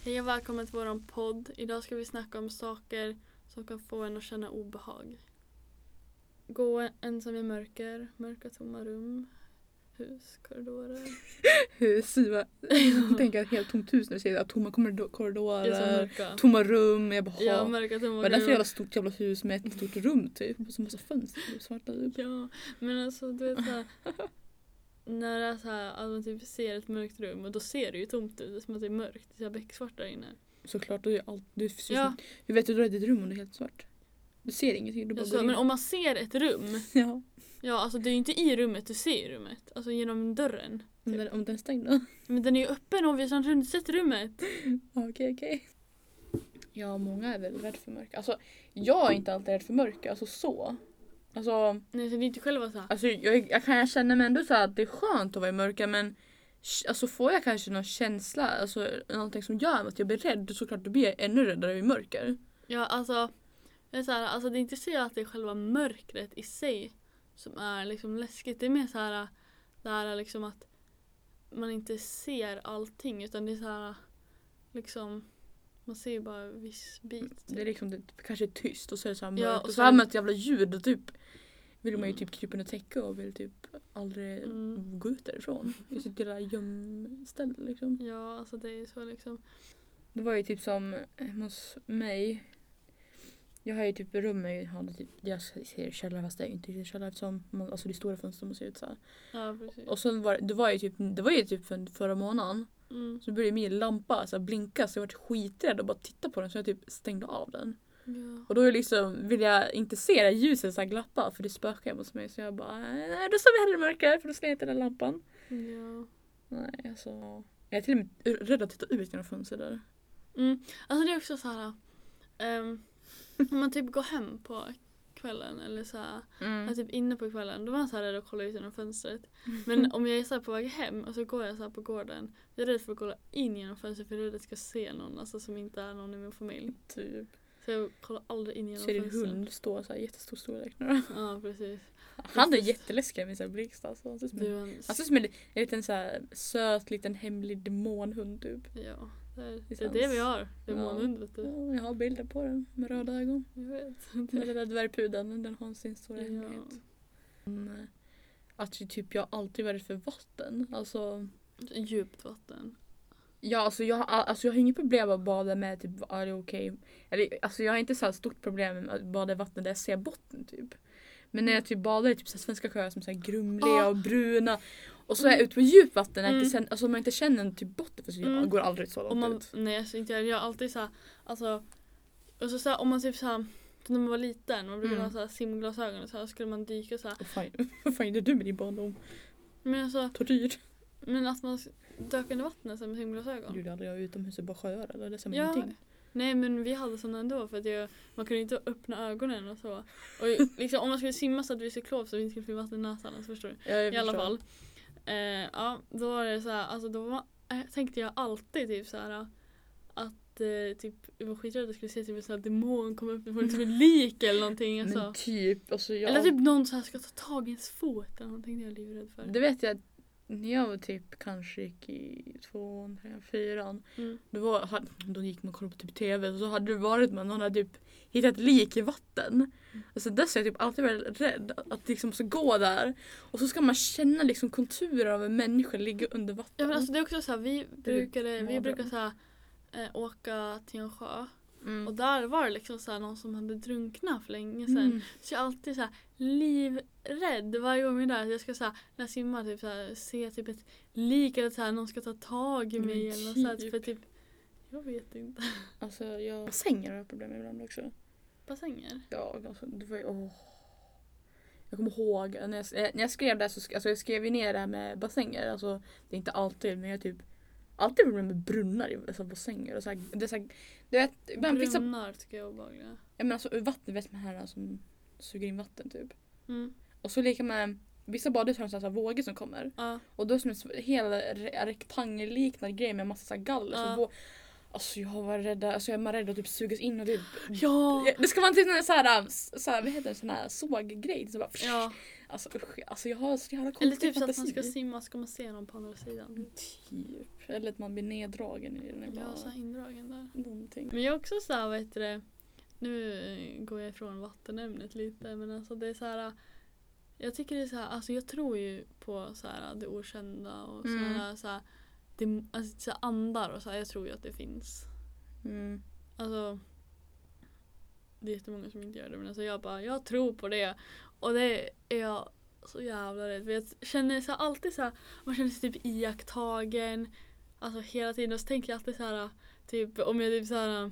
Hej och välkommen till våran podd. Idag ska vi snacka om saker som kan få en att känna obehag. Gå ensam i mörker, mörka tomma rum, hus, korridorer. Hus, jag tänker att helt tomt hus när du säger att tomma korridorer, tomma rum. Jag bara, ja, mörka tomma rum. Vad är det för jävla stort jävla hus med ett stort rum typ? Och så massa fönster och svarta typ. Ja, men alltså du vet såhär, när det är såhär att man typ ser ett mörkt rum och då ser det ju tomt ut, det är som att det är mörkt, det är becksvart där inne. Såklart, det är allt. Hur vet du att du är i ditt rum om det är helt svart? Du ser ingenting, du bara går in. Men om man ser ett rum, ja. Ja, alltså det är ju inte i rummet, du ser rummet. Alltså genom dörren. Typ. Om den är stängd då? Men den är ju öppen och vi har runt sett rummet. Okej. Ja, många är väl rädd för mörker. Alltså, jag är inte alltid rädd för mörker. Alltså så. Alltså, nej, så det är inte själva så här. Alltså, jag känner mig ändå så att det är skönt att vara i mörker. Men alltså, får jag kanske någon känsla, alltså någonting som gör att jag blir rädd, såklart då blir jag ännu räddare i mörker. Ja, alltså det är så här, alltså det är inte så att det är själva mörkret i sig som är liksom läskigt. Det är mer så här, det här liksom att man inte ser allting, utan det är så här liksom man ser ju bara en viss bit. Typ. Det är liksom det kanske är tyst och så är det så här mörkt. Ja, och så har man ett jävla ljud och typ vill man ju typ krypa under täcke och vill typ aldrig gå ut därifrån. I sitt lilla gömställe liksom. Ja, alltså det är så liksom. Det var ju typ som hos mig. Jag har ju typ rummet, jag ser källare fast det är inte riktigt källare eftersom alltså det är stora fönster man ser ut så här. Ja, precis. Och sen det var ju typ förra månaden. Så började min lampa så här blinka, så jag var skiträdd och bara titta på den, så jag typ stängde av den. Ja. Och då liksom vill jag inte se det ljuset så här glappa, för det spökar hemma hos mig, så jag bara nej, då står vi hellre i mörker, för då slänger jag inte den lampan. Ja. Nej, alltså jag är till och med rädd att titta ut genom fönstret där. Alltså det är också så här. Om man typ går hem på kvällen eller så här, är typ inne på kvällen, då var jag så här rädd att kolla ut genom fönstret. Men om jag är så här på väg hem och så går jag så här på gården, jag är rädd för att kolla in genom fönstret, för jag är rädd att jag ska se någon, alltså som inte är någon i min familj. Typ. Så jag kollar aldrig in genom fönstret. fönstret. Ser din hund stå så här jättestor storlek nu? Ja, precis. Han är jätteläskig med så här blixt, alltså. Han ser som en liten så här söt liten hemlig demonhund typ. Ja. Det är det vi har. Demonhund, vet du. Ja, jag har bilder på den med röda ögon. Jag vet. Den där dvärgpudeln, den har sin stora hemlighet. Att typ jag alltid varit för vatten. Alltså djupt vatten. Ja, alltså jag har inget problem att bada med typ, är det okej? Eller alltså jag har inte så här stort problem med att bada i vatten där jag ser botten typ. Men när jag typ badar i typ så svenska sjöar som så här grumliga och bruna, och så är jag ute på djupt vatten alltså man inte känner typ botten, för så jag går aldrig så långt ut. Nej, alltså inte jag har alltid så här, alltså och så här, om man typ så här, när man var liten, man brukade ha så här simglasögon och så här, skulle man dyka så här. Vad fan är du med din barndom? Men alltså tortyr. Men att man dök under vattnet med simglasögon. Gjorde aldrig jag utomhus och bara sjöar eller det som ingenting. Nej, men vi hade sådana ändå, för att man kunde inte öppna ögonen och så. Och liksom, om man skulle simma så att vi skulle klov så vi inte skulle få vatten i näsan, alltså, förstår du? I alla fall. Ja, då var det så här, alltså tänkte jag alltid typ så här att typ jag var skiträdd att jag skulle se typ så här demon komma upp från typ ett lik eller någonting, alltså. Men typ, alltså eller typ någon så här ska ta tag i ens fot eller någonting, jag är livrädd för. Det vet jag. När jag var typ kanske gick i 2, 3, 4 då gick man och kollade på typ tv, och så hade det varit någon hade typ hittat lik i vatten. Alltså dess är jag typ alltid väldigt rädd att liksom så gå där och så ska man känna liksom konturer av en människa ligga under vatten. Ja, men alltså det är också så här, vi brukar så här, åka till en sjö. Och där var det liksom så här någon som hade drunknat för länge sedan. Så jag är alltid så här livrädd varje gång jag är där. Jag ska så här, när jag simmar typ så här, se typ ett lik eller så här, någon ska ta tag i mig eller något så här, för typ jag vet inte. Alltså bassänger har jag problem med ibland också. Bassänger? Ja, alltså det var ju jag kommer ihåg när jag skrev det så alltså jag skrev ju ner det här med bassänger, alltså det är inte alltid, men jag typ alltid problem med brunnar i alltså bassänger och så här, det är så här, du vet ibland brunnar tycker jag är obehagliga. Ja, men alltså vatten vet man här som suger in vatten typ. Och så lika med vissa badhus har så här vågor som kommer. Och då är det som en hel rektangelliknande grej med massa så här galler så alltså jag var rädd, alltså jag var rädd att typ sugas in och typ det ska vara typ så här vad heter det, sån här såggrej så bara Alltså jag har så jävla konstig eller typ fantasi. Så att man ska simma, ska man se någon på andra sidan. Typ. Eller att man blir neddragen i den. Ja, så indragen där. Någonting. Men jag är också så här, vet du, nu går jag ifrån vattenämnet lite, men alltså det är så här, jag tycker det är så här, alltså jag tror ju på så här det okända och så här det, alltså så här andar och så här, jag tror ju att det finns. Alltså det är jättemånga som inte gör det, men alltså jag tror på det, och det är jag så jävla rädd. Jag känner så här, alltid så här, man känner sig typ iakttagen, alltså hela tiden, och så tänker jag alltid så här, typ om jag typ så här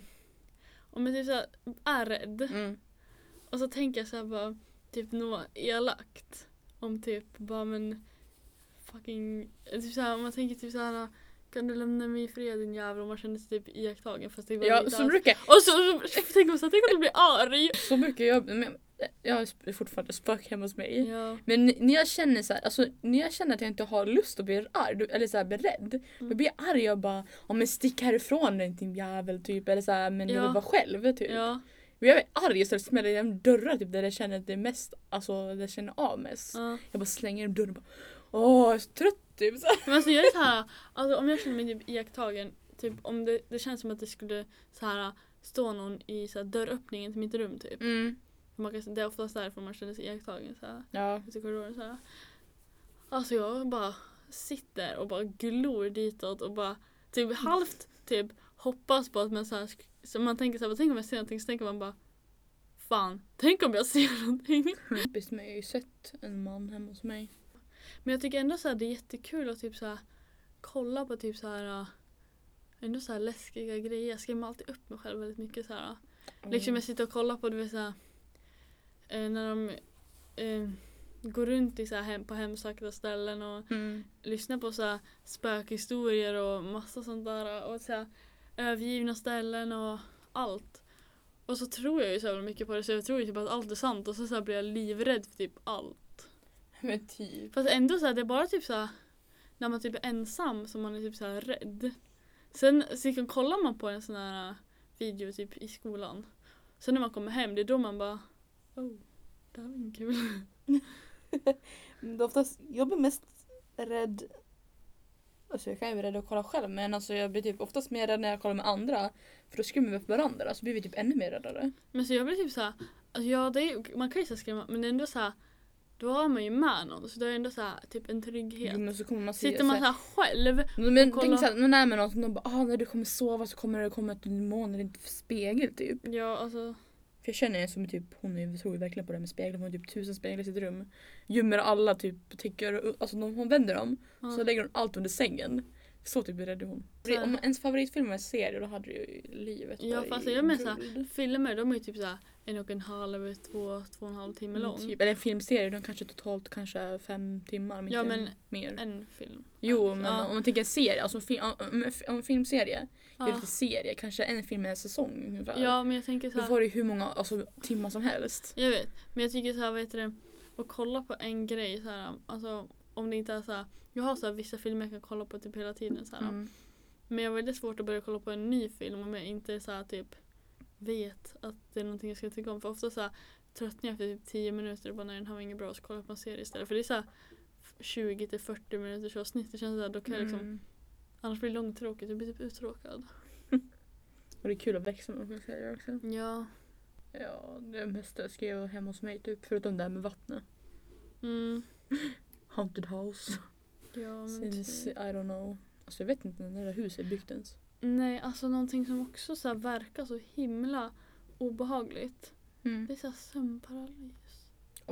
är rädd och så tänker jag så här bara typ något elakt om typ bara men fucking typ så här, om man tänker typ så här, kan du lämna mig i fred din jävel, om man känner sig typ iakttagen fast det var ja, så brukar och så tänker man så här, tänk om du blir arg. Så brukar jag är fortfarande spök hemma hos mig. Ja. Men när jag känner så här, alltså när jag känner att jag inte har lust att bli arg eller så här beredd, då blir jag arg och bara men stick härifrån din jävel typ, eller så här, men jag vill vara själv typ. Ja. Jag är arg så det smäller igen dörrar typ där jag känner att det är mest, alltså där jag känner av mest. Jag bara slänger in dörren och bara jag är så trött typ så. Men alltså jag är så här, alltså om jag känner mig typ iakttagen, typ om det känns som att det skulle så här stå någon i så här dörröppningen till mitt rum typ. Det är oftast därför man känner sig iakttagen så här. Ja. I korridoren så här. Alltså jag bara sitter och bara glor ditåt och bara typ halvt typ hoppas på att man så här, så man tänker så här, tänk om jag ser någonting, så tänker man bara fan, tänk om jag ser någonting. Jag har ju sett en man hemma hos mig. Men jag tycker ändå så här, det är jättekul att typ så här kolla på typ så här ändå så här läskiga grejer. Jag skrämmer alltid upp mig själv väldigt mycket så här. Liksom jag sitter och kollar på, du vet så här, när de går runt i så här på hemsökta ställen och lyssnar på så här spökhistorier och massa sånt där och så här övergivna ställen och allt. Och så tror jag ju så jävla mycket på det, så jag tror ju typ att allt är sant, och så här blir jag livrädd för typ allt. Men typ. Fast ändå så här, det är bara typ så här, när man typ är ensam som man är typ så här rädd. Sen så kollar man på en sån här video typ i skolan. Sen när man kommer hem, det är då man bara det här var inte kul. Jag blir mest rädd. Alltså jag kan ju bli rädd att kolla själv, men alltså jag blir typ oftast mer rädd när jag kollar med andra. För då skrämmer vi för varandra, så blir vi typ ännu mer räddare. Men så jag blir typ såhär, alltså ja, det är, man kan ju så skrämma, men det är ändå såhär, då har man ju med någon, så det är ändå såhär typ en trygghet. Men så kommer man sitter man såhär själv. Men tänk såhär, när man är med någon som bara, när du kommer sova så kommer det komma ett demon eller inte spegel typ. Ja, alltså. För jag känner en som typ, hon tror ju verkligen på det med speglar. Hon har typ 1000 speglar i sitt rum. Gömmer alla typ, tycker, alltså när hon vänder dem så lägger hon allt under sängen. Så typ är rädd hon. Om ens favoritfilm var en serie, då hade ju livet. Ja, fast jag menar såhär, filmer, de är ju typ såhär 1,5-2,5 timmar lång. Typ. Eller en filmserie, de kanske totalt kanske 5 timmar. Ja, men mer. En film. Jo, men om man tänker en serie, alltså om en filmserie, det är lite serie, kanske en film en säsong ungefär. Ja, men jag tänker såhär. Då får det hur många timmar som helst. Jag vet, men jag tycker såhär, vet du, att kolla på en grej såhär, alltså om det inte är såhär, jag har såhär vissa filmer jag kan kolla på typ hela tiden såhär. Men jag har väldigt svårt att börja kolla på en ny film om jag inte såhär typ vet att det är någonting jag ska tycka om. För ofta såhär tröttnar jag efter typ 10 minuter och bara när den här var inget bra, så kollar jag på en serie istället. För det är såhär 20-40 minuters avsnitt. Det känns såhär, då kan jag liksom, annars blir det långtråkigt, jag blir typ uttråkad. Och det är kul att växa med olika serier också. Ja. Ja, det mesta ska jag hemma hos mig typ, förutom det här med vattnet. Haunted house. Ja, men since, I don't know. Alltså jag vet inte när det där huset är byggt ens. Nej, alltså någonting som också så här verkar så himla obehagligt. Det är så här sömnparalys.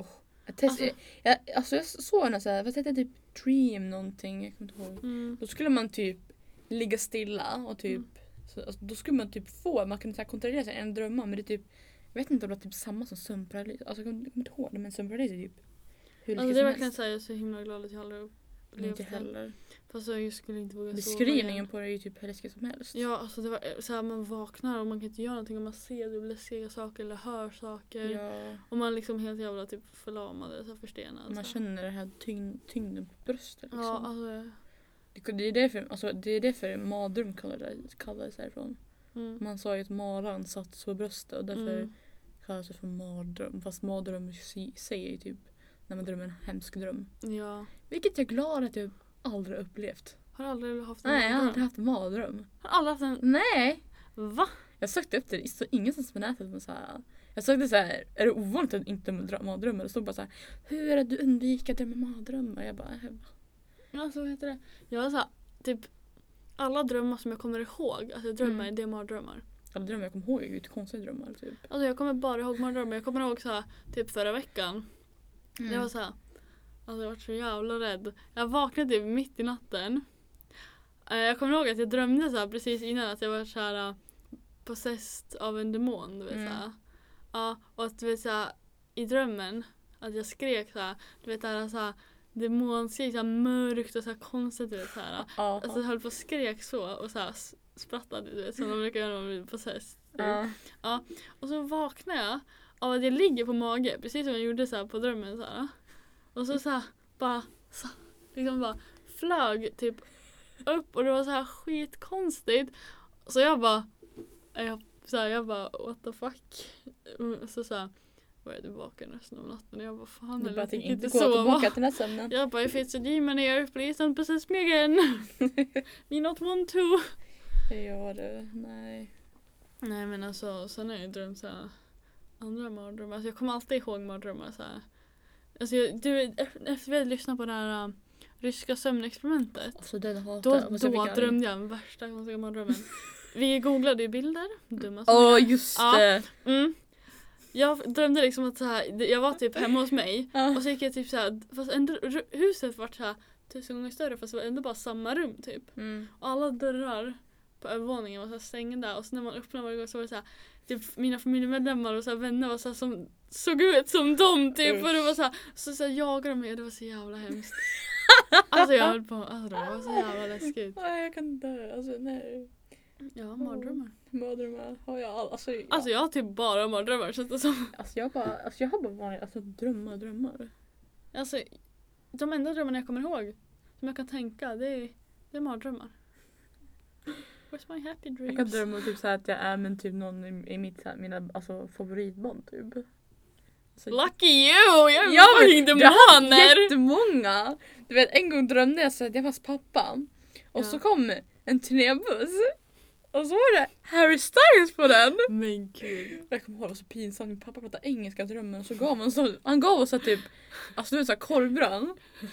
Jag såg en så här, vad heter det, typ Dream någonting, jag kommer inte ihåg. Då skulle man typ ligga stilla och typ så, alltså, då skulle man typ man kunde så här kontrollera sig en drömma, men det är typ, jag vet inte om det är typ samma som sömnparalys. Alltså jag kommer inte ihåg det, men sömnparalys är typ hur alltså det är verkligen så här, jag är så himla glad att jag aldrig upplevt det. Inte heller. Fast jag skulle inte våga sova. Beskrivningen på det är ju typ hur läskigt som helst. Ja, alltså det var så här, man vaknar och man kan inte göra någonting, och man ser läskiga saker eller hör saker. Ja. Och man liksom helt jävla typ förlamad, så förstenad. Man känner det här tyngden på bröstet liksom. Ja, alltså det är därför mardröm kallades härifrån. Man sa ju att maran satt på bröstet och därför kallas det för mardröm. Fast mardröm säger ju typ när man drömmer en hemsk dröm. Ja. Vilket jag är glad att jag aldrig upplevt. Har du aldrig haft en Nej, mardröm? jag har aldrig haft en mardröm. Har aldrig haft en... Nej! Va? Jag sökte efter det, så ingenstans på nätet. Men så här, jag sökte så här, är det ovanligt att inte mardrömmar? Det stod bara så här, hur är det du undviker att drömma mardrömmar? Jag bara, Alltså vad heter det? Jag har så här, typ alla drömmar som jag kommer ihåg, alltså drömmar, det är mardrömmar. alla drömmar jag kommer ihåg är ju konstiga drömmar typ. Alltså jag kommer bara ihåg mardrömmar. Jag kommer ihåg så här, typ förra veckan. Det var så här, alltså jag var så jävla rädd. Jag vaknade typ mitt i natten. Jag kommer ihåg att jag drömde så här precis innan att jag var så här possessed av en demon, du vet så här. Ja, och att du vet så här, i drömmen att jag skrek så här, du vet så här demonskrik, så här mörkt och så här konstigt, du vet så här. Alltså jag höll på och skrek så och så här sprattade, du vet, som de brukar göra när man blir possessed. Ja, och så vaknade jag av att jag ligger på mage, precis som jag gjorde så här på drömmen så här. Och så här bara så, liksom bara flög typ upp och det var så här skitkonstigt. Så jag bara what the fuck. Så här var jag tillbaka resten av natten och jag bara fan, du bara jag inte gå tillbaka till den här sömnen. Jag bara, if it's a demon here, please don't possess me again. Me not want to. Ja du, nej. Nej men alltså, sen har jag drömt så här andra mardrömmar. Alltså jag kommer alltid ihåg mardrömmar så här. Alltså efter vi hade lyssnat på det här ryska sömnexperimentet. Alltså den då drömde jag den värsta konstiga mardrömmen. Vi googlade ju bilder. Just det. Jag drömde liksom att så här, jag var typ hemma hos mig och så gick jag typ så här, fast huset var så här 1000 gånger större, fast det var ändå bara samma rum typ. Och alla dörrar på övervåningen var så här stängda och så när man öppnade varje gång så var det så här, typ mina familjemedlemmar och så här vänner var så här, som såg ut som dem typ, och det var så här jagade de mig och det var så jävla hemskt. Alltså jag höll på, alltså det var så jävla läskigt. Jag kan dö, alltså nej. Ja, mardrömmar. Mardrömmar har jag alltså jag har typ bara mardrömmar så det som. Jag har bara vanliga drömmar. Alltså de enda drömmarna jag kommer ihåg som jag kan tänka, det är mardrömmar. Where's my happy dreams? Jag kan drömma typ så här att jag är med typ någon i mina alltså favoritband typ. Så, lucky you! Jag är demoner! Jättemånga! Du vet, en gång drömde jag så att jag var pappa. Och så kom en turnébuss. Och så var det Harry Styles på den. Men gud. Jag kommer ihåg, det var så pinsamt. Min pappa pratade engelska i drömmen. Och så han gav oss så typ, alltså du vet så här korvbröd.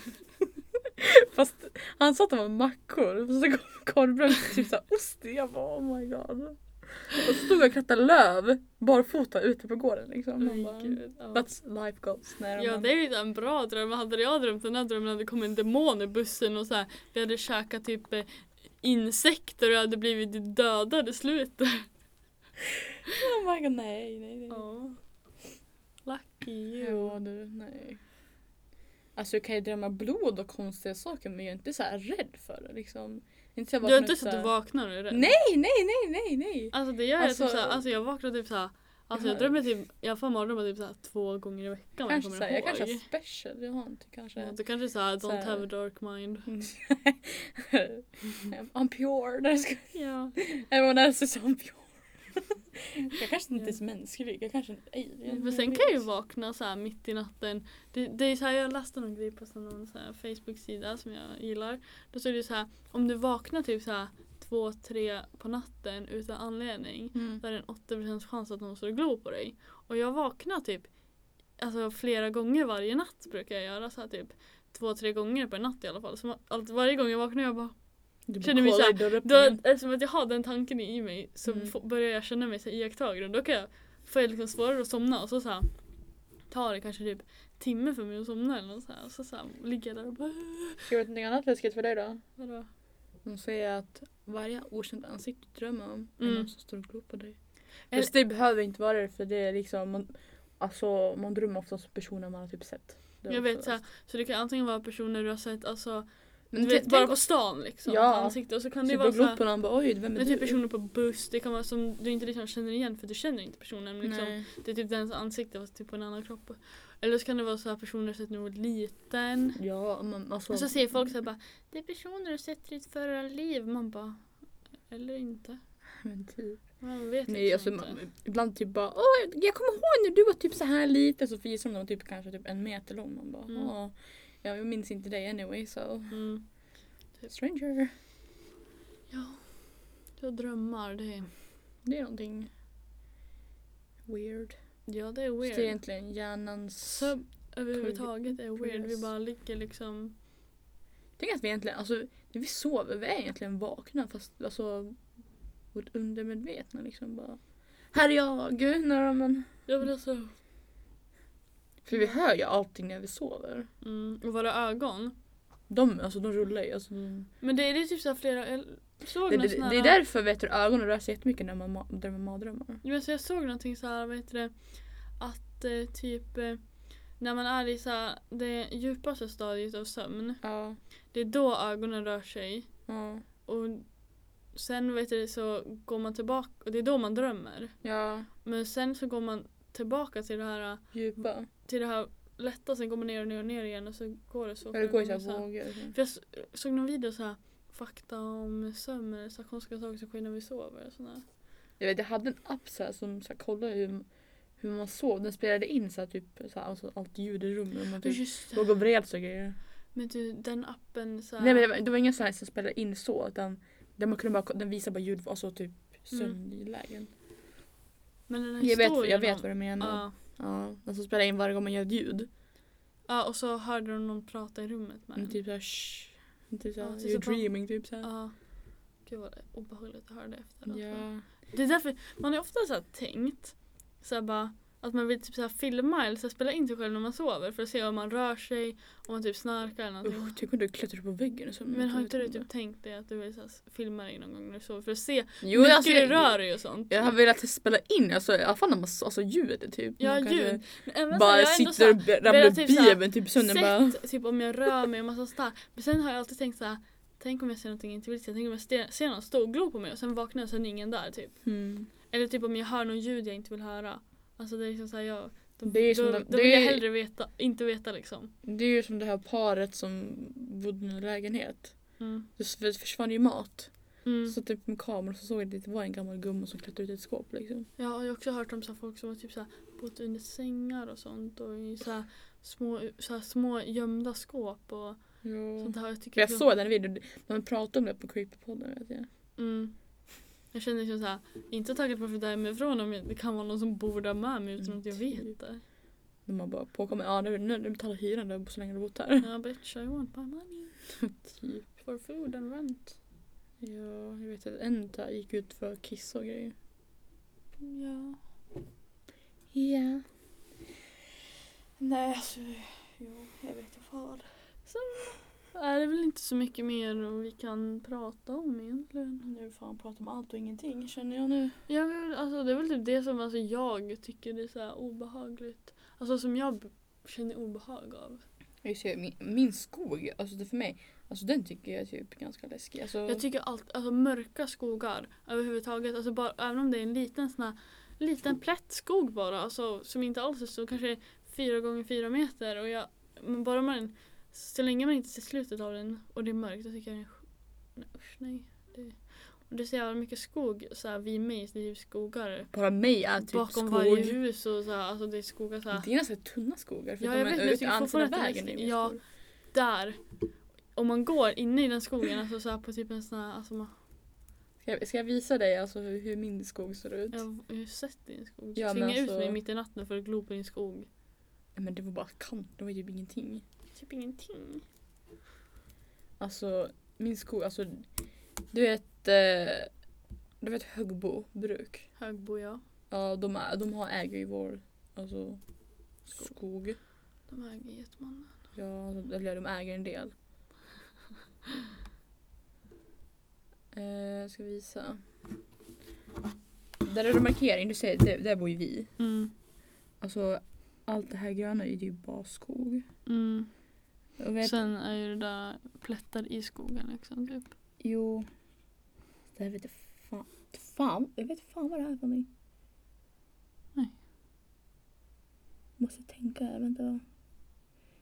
Fast han sa att det var mackor. Och så kom korvbröd typ så här ost. Jag bara, oh my god. Och så stod jag och krattade löv barfota ute på gården liksom. That's life goals. Ja, det är ju en bra dröm. Hade jag drömt den här drömmen hade det kommit en demon i bussen och så här, vi hade käkat typ insekter och hade blivit dödade i slutet. Oh my god, nej. Lucky you. Ja du, nej. Alltså jag kan ju drömma blod och konstiga saker, men jag är inte så här rädd för det liksom. Inte du är inte så att du vaknar och är rädd? Nej. Alltså det gör jag typ såhär, alltså jag vaknar typ såhär, alltså jag drömmer typ, jag får mardrömmar typ såhär 2 gånger i veckan. Kanske såhär, jag kanske har special, jag har inte kanske. Ja, du kanske såhär, don't have a dark mind. I'm pure. Ja. Everyone else is on pure. Jag kanske inte är så mänsklig, jag kanske inte är. Men sen kan jag ju vakna så här mitt i natten. Det är så här, jag läste någon grej på någon så här Facebook-sida som jag gillar. Då står det så här, om du vaknar typ så här 2-3 på natten utan anledning, då är det en 80% chans att någon står och glor på dig. Och jag vaknar typ alltså flera gånger varje natt brukar jag göra så här typ 2-3 gånger per natt i alla fall. Så varje gång jag vaknar jag bara känner mig såhär, eftersom att jag har den tanken i mig så börjar jag känna mig så iakttagare. Då får jag liksom svårare att somna och så här, tar det kanske typ timme för mig att somna eller så här. Och så här, ligger jag där och bara... Ska jag vet något annat läskigt för dig då? Vadå? De säger att varje okänt ansikte du drömmer om är någon som står och glor på dig. Fast det behöver inte vara det, för det är liksom man drömmer oftast om personer man har typ sett. Jag vet så det kan antingen vara personer du har sett, alltså men du vet, bara på stan liksom, på ansikte. Och så kan det vara så på någon, bara, oj, vem är det typ personer på buss, det kan vara som du inte liksom känner igen för du känner inte personen, men liksom, det är typ dens ansikte fast typ på en annan kropp. Eller så kan det vara så här personer sett när du var liten. Ja, men alltså, och så säger folk så här bara, det är personer du sett i ditt förra liv. Man bara, eller inte. Men typ. Man vet nej, alltså, ibland typ bara, jag kommer ihåg när du var typ så här lite, så visar de typ kanske typ 1 meter lång. Man bara, jag minns inte dig anyway, så. Typ. Stranger. Ja. Jag drömmar, det är någonting weird. Ja, det är weird. Så det är egentligen hjärnans överhuvudtaget är weird. Vi bara ligger liksom. Tänk att vi egentligen, alltså när vi sover, vi är egentligen vakna, fast alltså vårt undermedvetna liksom bara, här är jag, när man. Jag vill alltså. För vi hör ju allting när vi sover. Och våra ögon. De rullar ju. Alltså, men det är typ så här flera. Det är därför vet du, ögonen rör sig jättemycket när man drömmer mardrömmar. Ja, så jag såg någonting så här, vet du, att typ när man är i så här, det djupaste stadiet av sömn. Ja. Det är då ögonen rör sig. Ja. Och sen vet du, så går man tillbaka och det är då man drömmer. Ja. Men sen så går man tillbaka till det här djupa. Till det här lätta, sen går man ner och ner och ner igen och så går det så. Ja, det går ju så här vågor. För jag såg någon video så här, fakta om sömn, så här konstiga saker som sker när vi sover och sådär. Jag hade en app så här, som så här, kollade hur man sov. Den spelade in så här, typ så här, alltså, allt ljud i rummet. Och man typ låg och vred så grejer. Men du, den appen så här. Nej, men det var ingen så här som spelade in så, utan där man kunde bara, den visar bara ljud, alltså typ sömnlägen. Men den här jag vet vad du menar. Ja, alltså spela in varje gång man gör ett ljud. Ja, och så hörde de någon prata i rummet med. Typ såhär typ såhär, you're dreaming typ såhär. Ja. Gud vad det är obehagligt att höra det efter. Ja. Det är därför man är ofta så här tänkt så här bara att man vill typ så här filma eller så här spela in sig själv när man sover för att se om man rör sig, om man typ snarkar eller någonting. Typ om du klättrar på väggen och så. Men har inte du typ tänkt det att du vill så här filma dig någon gång när du sover för att se hur mycket du rör dig och sånt? Jag har velat spela in, alltså i alla fall när man, alltså ljudet typ. Ja, ljud. Bara sitter och ramlar upp bibeln typ sönder bara. Typ om jag rör mig och massa sånt. Men sen har jag alltid tänkt så här, tänk om jag ser någonting inte vill se, tänk om jag ser någon stå och glo på mig och sen vaknar jag och sen är ingen där typ. Eller typ om jag hör någon ljud jag inte vill höra. Alltså det är liksom så här, då vill jag hellre inte veta liksom. Det är ju som det här paret som bodde i en lägenhet. Det försvann ju mat. Så typ med kameran så såg jag att det var en gammal gumma som klättrade ut ett skåp liksom. Ja, och jag har också hört om så här folk som har typ så här bott under sängar och sånt och i så här små gömda skåp och sånt här. Jag såg den videon när man pratade om det på Creepypodden, vet jag. Jag känner liksom så här, inte taggad på att flytta hemifrån om det kan vara någon som bor där med mig utan att jag vet det. De har bara påkommit, nu betalar hyran där så länge du bott här. Ja, bitch, I want my money. Typ. For food and rent. Ja, jag vet att en där gick ut för att kissa och grejer. Ja. Ja. Nej, alltså, jag vet inte vad. Så är det väl inte så mycket mer vi kan prata om egentligen. Nu får han prata om allt och ingenting, känner jag nu. Ja, alltså det är väl typ det som alltså, jag tycker det är så här obehagligt. Alltså som jag känner obehag av. Jag ser min skog, alltså det för mig, alltså den tycker jag är typ ganska läskig. Alltså... Jag tycker alltså mörka skogar överhuvudtaget, alltså bara, även om det är en liten plättskog bara, alltså, som inte alls är så, kanske 4x4 meter och men bara så länge man inte ser slutet av den och det är mörkt, så tycker jag nej. Och det är så jävla mycket skog så här, vid mig, det är skogar. Bara mig är typ bakom skog. Varje hus och så här, alltså det är skogar så här. Det är nästan tunna skogar. För ja, jag vet inte, andra vägen. Ja, där. Om man går inne i den skogen, alltså så här, på typ en sån här, alltså Ska jag visa dig alltså hur min skog ser ut? Jag har ju sett din skog. Ja, tvinga alltså... ut mig mitt i natten för att glo på din skog. Ja, men det var bara kant, det var typ ingenting. Typ ingenting. Alltså, min skog, alltså du vet Högbo bruk. Högbo, ja. Ja, de har äger i vår alltså skog. De äger Getmannen. Ja, eller de äger en del. Ska visa. Där är det markering, du ser, där bor ju vi. Alltså, allt det här gröna är ju bara skog. Sen är ju det där plättar i skogen liksom, typ. Jo. Det här vet jag fan. Jag vet fan vad det här är för mig. Nej. Måste tänka, vänta.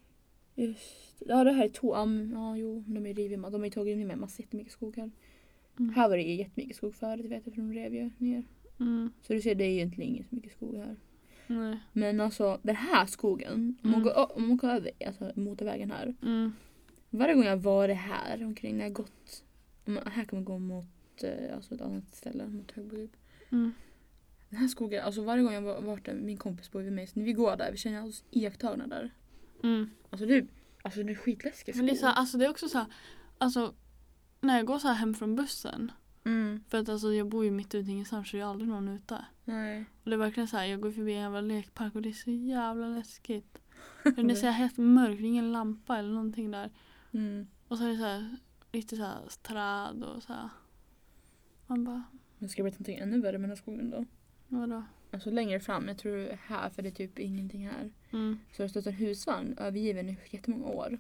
Just. Ja, det här är ja, jo, de är riviga. De har ju tagit med massor jättemycket skog här. Här var det ju jättemycket skog förut, vet jag, från Revjö ner. Så du ser, det är egentligen inte så mycket skog här. Nej. Men alltså, den här skogen, om man går över alltså, motorvägen här. Varje gång jag varit här omkring, när jag gått, här kan man gå mot alltså ett annat ställe, mot Högbo. Den här skogen, alltså varje gång jag varit där, min kompis bor vid mig, så när vi går där, vi känner oss iakttagna där. Alltså det är skitläskigt. Men det är så här, alltså det är också så här, alltså när jag går så här hem från bussen, för att alltså jag bor ju mitt ute i ingenstans, så jag är aldrig någon ute. Nej. Och det är verkligen så här, jag går förbi en jävla lekpark och det är så jävla läskigt. Det är så här helt mörkt, det är ingen lampa eller någonting där. Och så är det så här, lite så här träd och så här. Man bara... Men ska jag berätta någonting ännu värre med den här skogen då? Vadå? Alltså längre fram, jag tror här, för det är typ ingenting här. Så det har stått en husvagn övergiven i jättemånga år.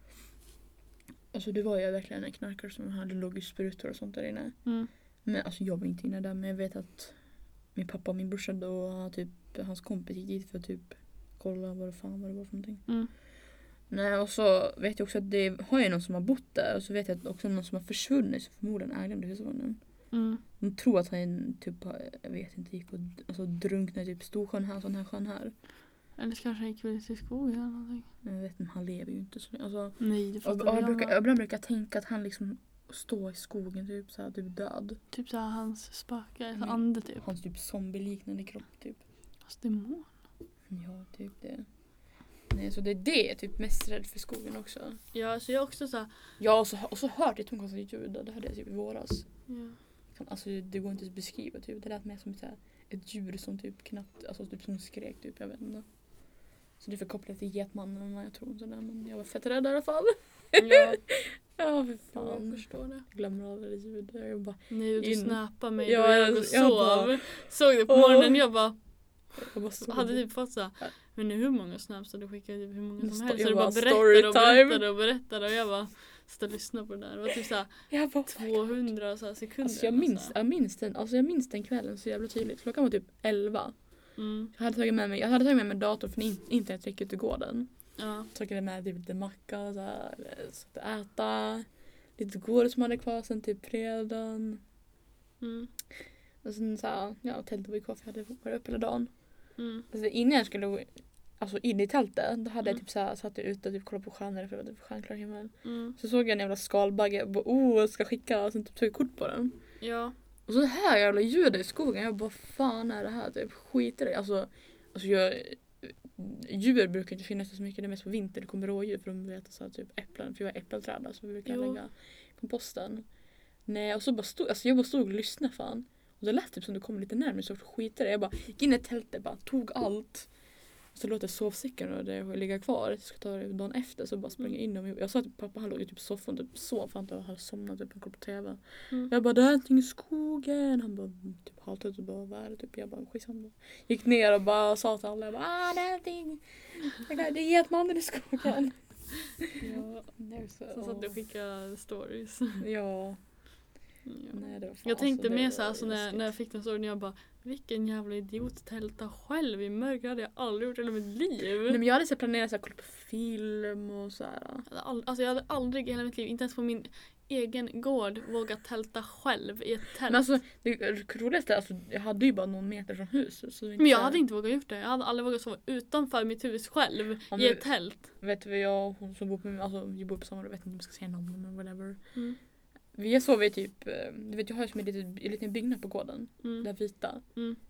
Alltså det var ju verkligen en knarkare som hade låg sprutor och sånt där inne. Men alltså jag var inte inne där, men jag vet att min pappa och min brorsa och typ hans kompis gick dit för att typ kolla vad det var för någonting. Nej, och så vet jag också att det har ju någon som har bott där, och så vet jag att också någon som har försvunnit, så förmodligen ägde den husvagnen. De tror att han typ, jag vet inte, gick och alltså, drunknade typ Storsjön här, sån här sjön här. Eller kanske gick väl till skogen eller någonting. Jag vet inte, han lever ju inte så. Alltså, nej, det fattar jag brukar tänka att han liksom står i skogen typ så här, typ död. Typ så här, hans spöke, så ande typ. Hans typ zombie-liknande kropp typ. Alltså demon. Ja, typ det. Nej, så det är det typ mest rädd för skogen också. Ja, så jag också så här... Ja, och så hörde jag tomkonstigt ljud, det hade jag typ i våras. Ja. Alltså det går inte att beskriva typ. Det lät mer som ett djur som typ knappt, alltså typ som skrek typ, jag vet inte. Så det förkopplat till getmannen, jag tror inte det, men jag var fett rädd i alla fall. Ja. Ja, för fan. Jag förstår det. Jag glömmer aldrig det ljudet. Jag bara... Nej, du snappade mig ja, då jag sov. Såg det på morgonen, jag bara hade typ fått så här, men nu hur många snaps du skickade typ hur många som helst. Så du bara berättade och jag bara stod och lyssnade på det där. Det var typ så här 200 så här sekunder. Alltså jag minns den kvällen så jävla tydligt. Klockan var typ 11. Jag hade tagit med mig datorn för internet gick ut i gården. Ja. Tagit med typ lite macka så att äta. Lite godis som hade kvar sen typ fredagen. Och sen så här, ja, tältet var ju kvar för jag hade varit uppe hela dagen. Alltså innan jag skulle alltså in i tältet, då hade jag typ så här, satt ute och typ kollade på stjärnor för det var typ stjärnklar himmel. Så såg jag en jävla skalbagge och bara, jag ska skicka, och sen typ tog jag kort på den. Ja. Och så här jävla ljudet i skogen, jag bara, fan är det här typ, skiter det. Alltså djur brukar inte finnas så mycket, det är mest på vinter det kommer rådjur för de vet så här, typ äpplen, för jag har äppelträd så vi brukar lägga komposten. Nej, och så bara jag bara stod och lyssnade fan. Och det lät typ som det kom lite närmare så skiter det. Jag bara gick in i tältet, bara tog allt. Och så låter sovsäcken och det ligga kvar. Jag ska ta det dagen efter så bara sprang jag in. Och jag sa till pappa, han låg typ i soffan typ sov för att jag hade somnat typ en koll på tv. Jag bara, det är någonting i skogen. Han bara typ halvt och bara, vad är det? Typ, jag bara, skitsamma. Gick ner och bara sa till alla, jag bara, det är någonting. Det är getmannen i skogen. Ja. Så satt och skickade stories. Ja. Nej, det var fan, jag tänkte mer så alltså, när jag fick den storyn, jag bara, vilken jävla idiot tälta själv i mörker, hade jag aldrig gjort i hela mitt liv. Nej, men jag hade så planerat att kolla på film och så här. Jag hade aldrig i hela mitt liv, inte ens på min egen gård, vågat tälta själv i ett tält. Men alltså, det roligaste, alltså, jag hade ju bara någon meter från huset. Så men jag hade inte vågat gjort det. Jag hade aldrig vågat sova utanför mitt hus själv i ett tält. Vet du vad jag och hon som bor på mig, alltså vi bor på samma, jag vet inte om jag ska säga namn men whatever. Vi sov i typ, du vet jag har ju som en liten byggnad på gården, där vita.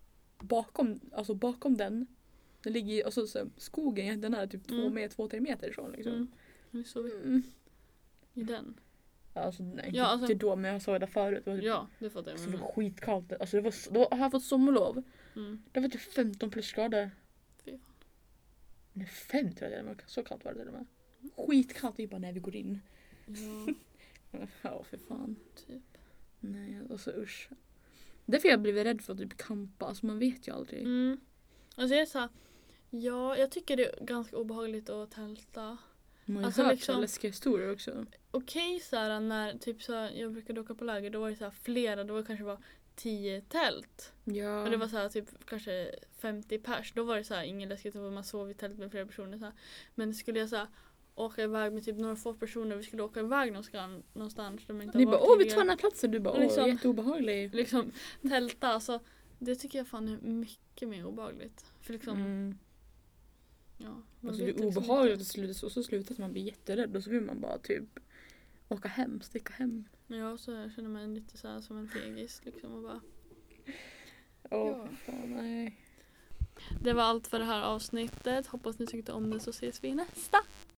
Bakom den ligger alltså så skogen, den är typ 2-3 meter ifrån liksom. Vi sov i den. Alltså nej, inte då, men jag såg det förut. Det var typ, ja, det fattar jag. Det var skitkallt. Alltså då har jag fått sommarlov. Det var typ 15 plusgrader. Fy fan. Nej, 5 tror jag det var. Så kallt var det till och med. Skitkallt, vi bara när vi går in. Ja. Ja, för fan. Typ. Nej, alltså usch. Därför har jag blivit rädd för att typ kampa. Alltså man vet ju aldrig. Alltså jag är så här, ja, jag tycker det är ganska obehagligt att tälta. Man har ju hört liksom, läskiga historier också. Okej, så här, när typ så här, jag brukade åka på läger, då var det så här flera, då var det kanske bara 10 tält. Ja. Och det var så här typ kanske 50 pers. Då var det så här ingen läskigt att man sov i tält med flera personer så här. Men skulle jag så här, åka iväg med typ några få personer. Vi skulle åka iväg någonstans där man inte ni har bara, varit vi tar den här platsen. Du bara, liksom, jätteobehaglig. Liksom tälta, alltså det tycker jag fan är mycket mer obehagligt. För liksom, ja. Alltså det är obehagligt och så slutar att man blir jätterädd och så vill man bara typ åka hem, sticka hem. Ja, så jag känner mig lite så här som en fegis liksom och bara... Fan, nej. Det var allt för det här avsnittet. Hoppas ni tyckte om det, så ses vi i nästa.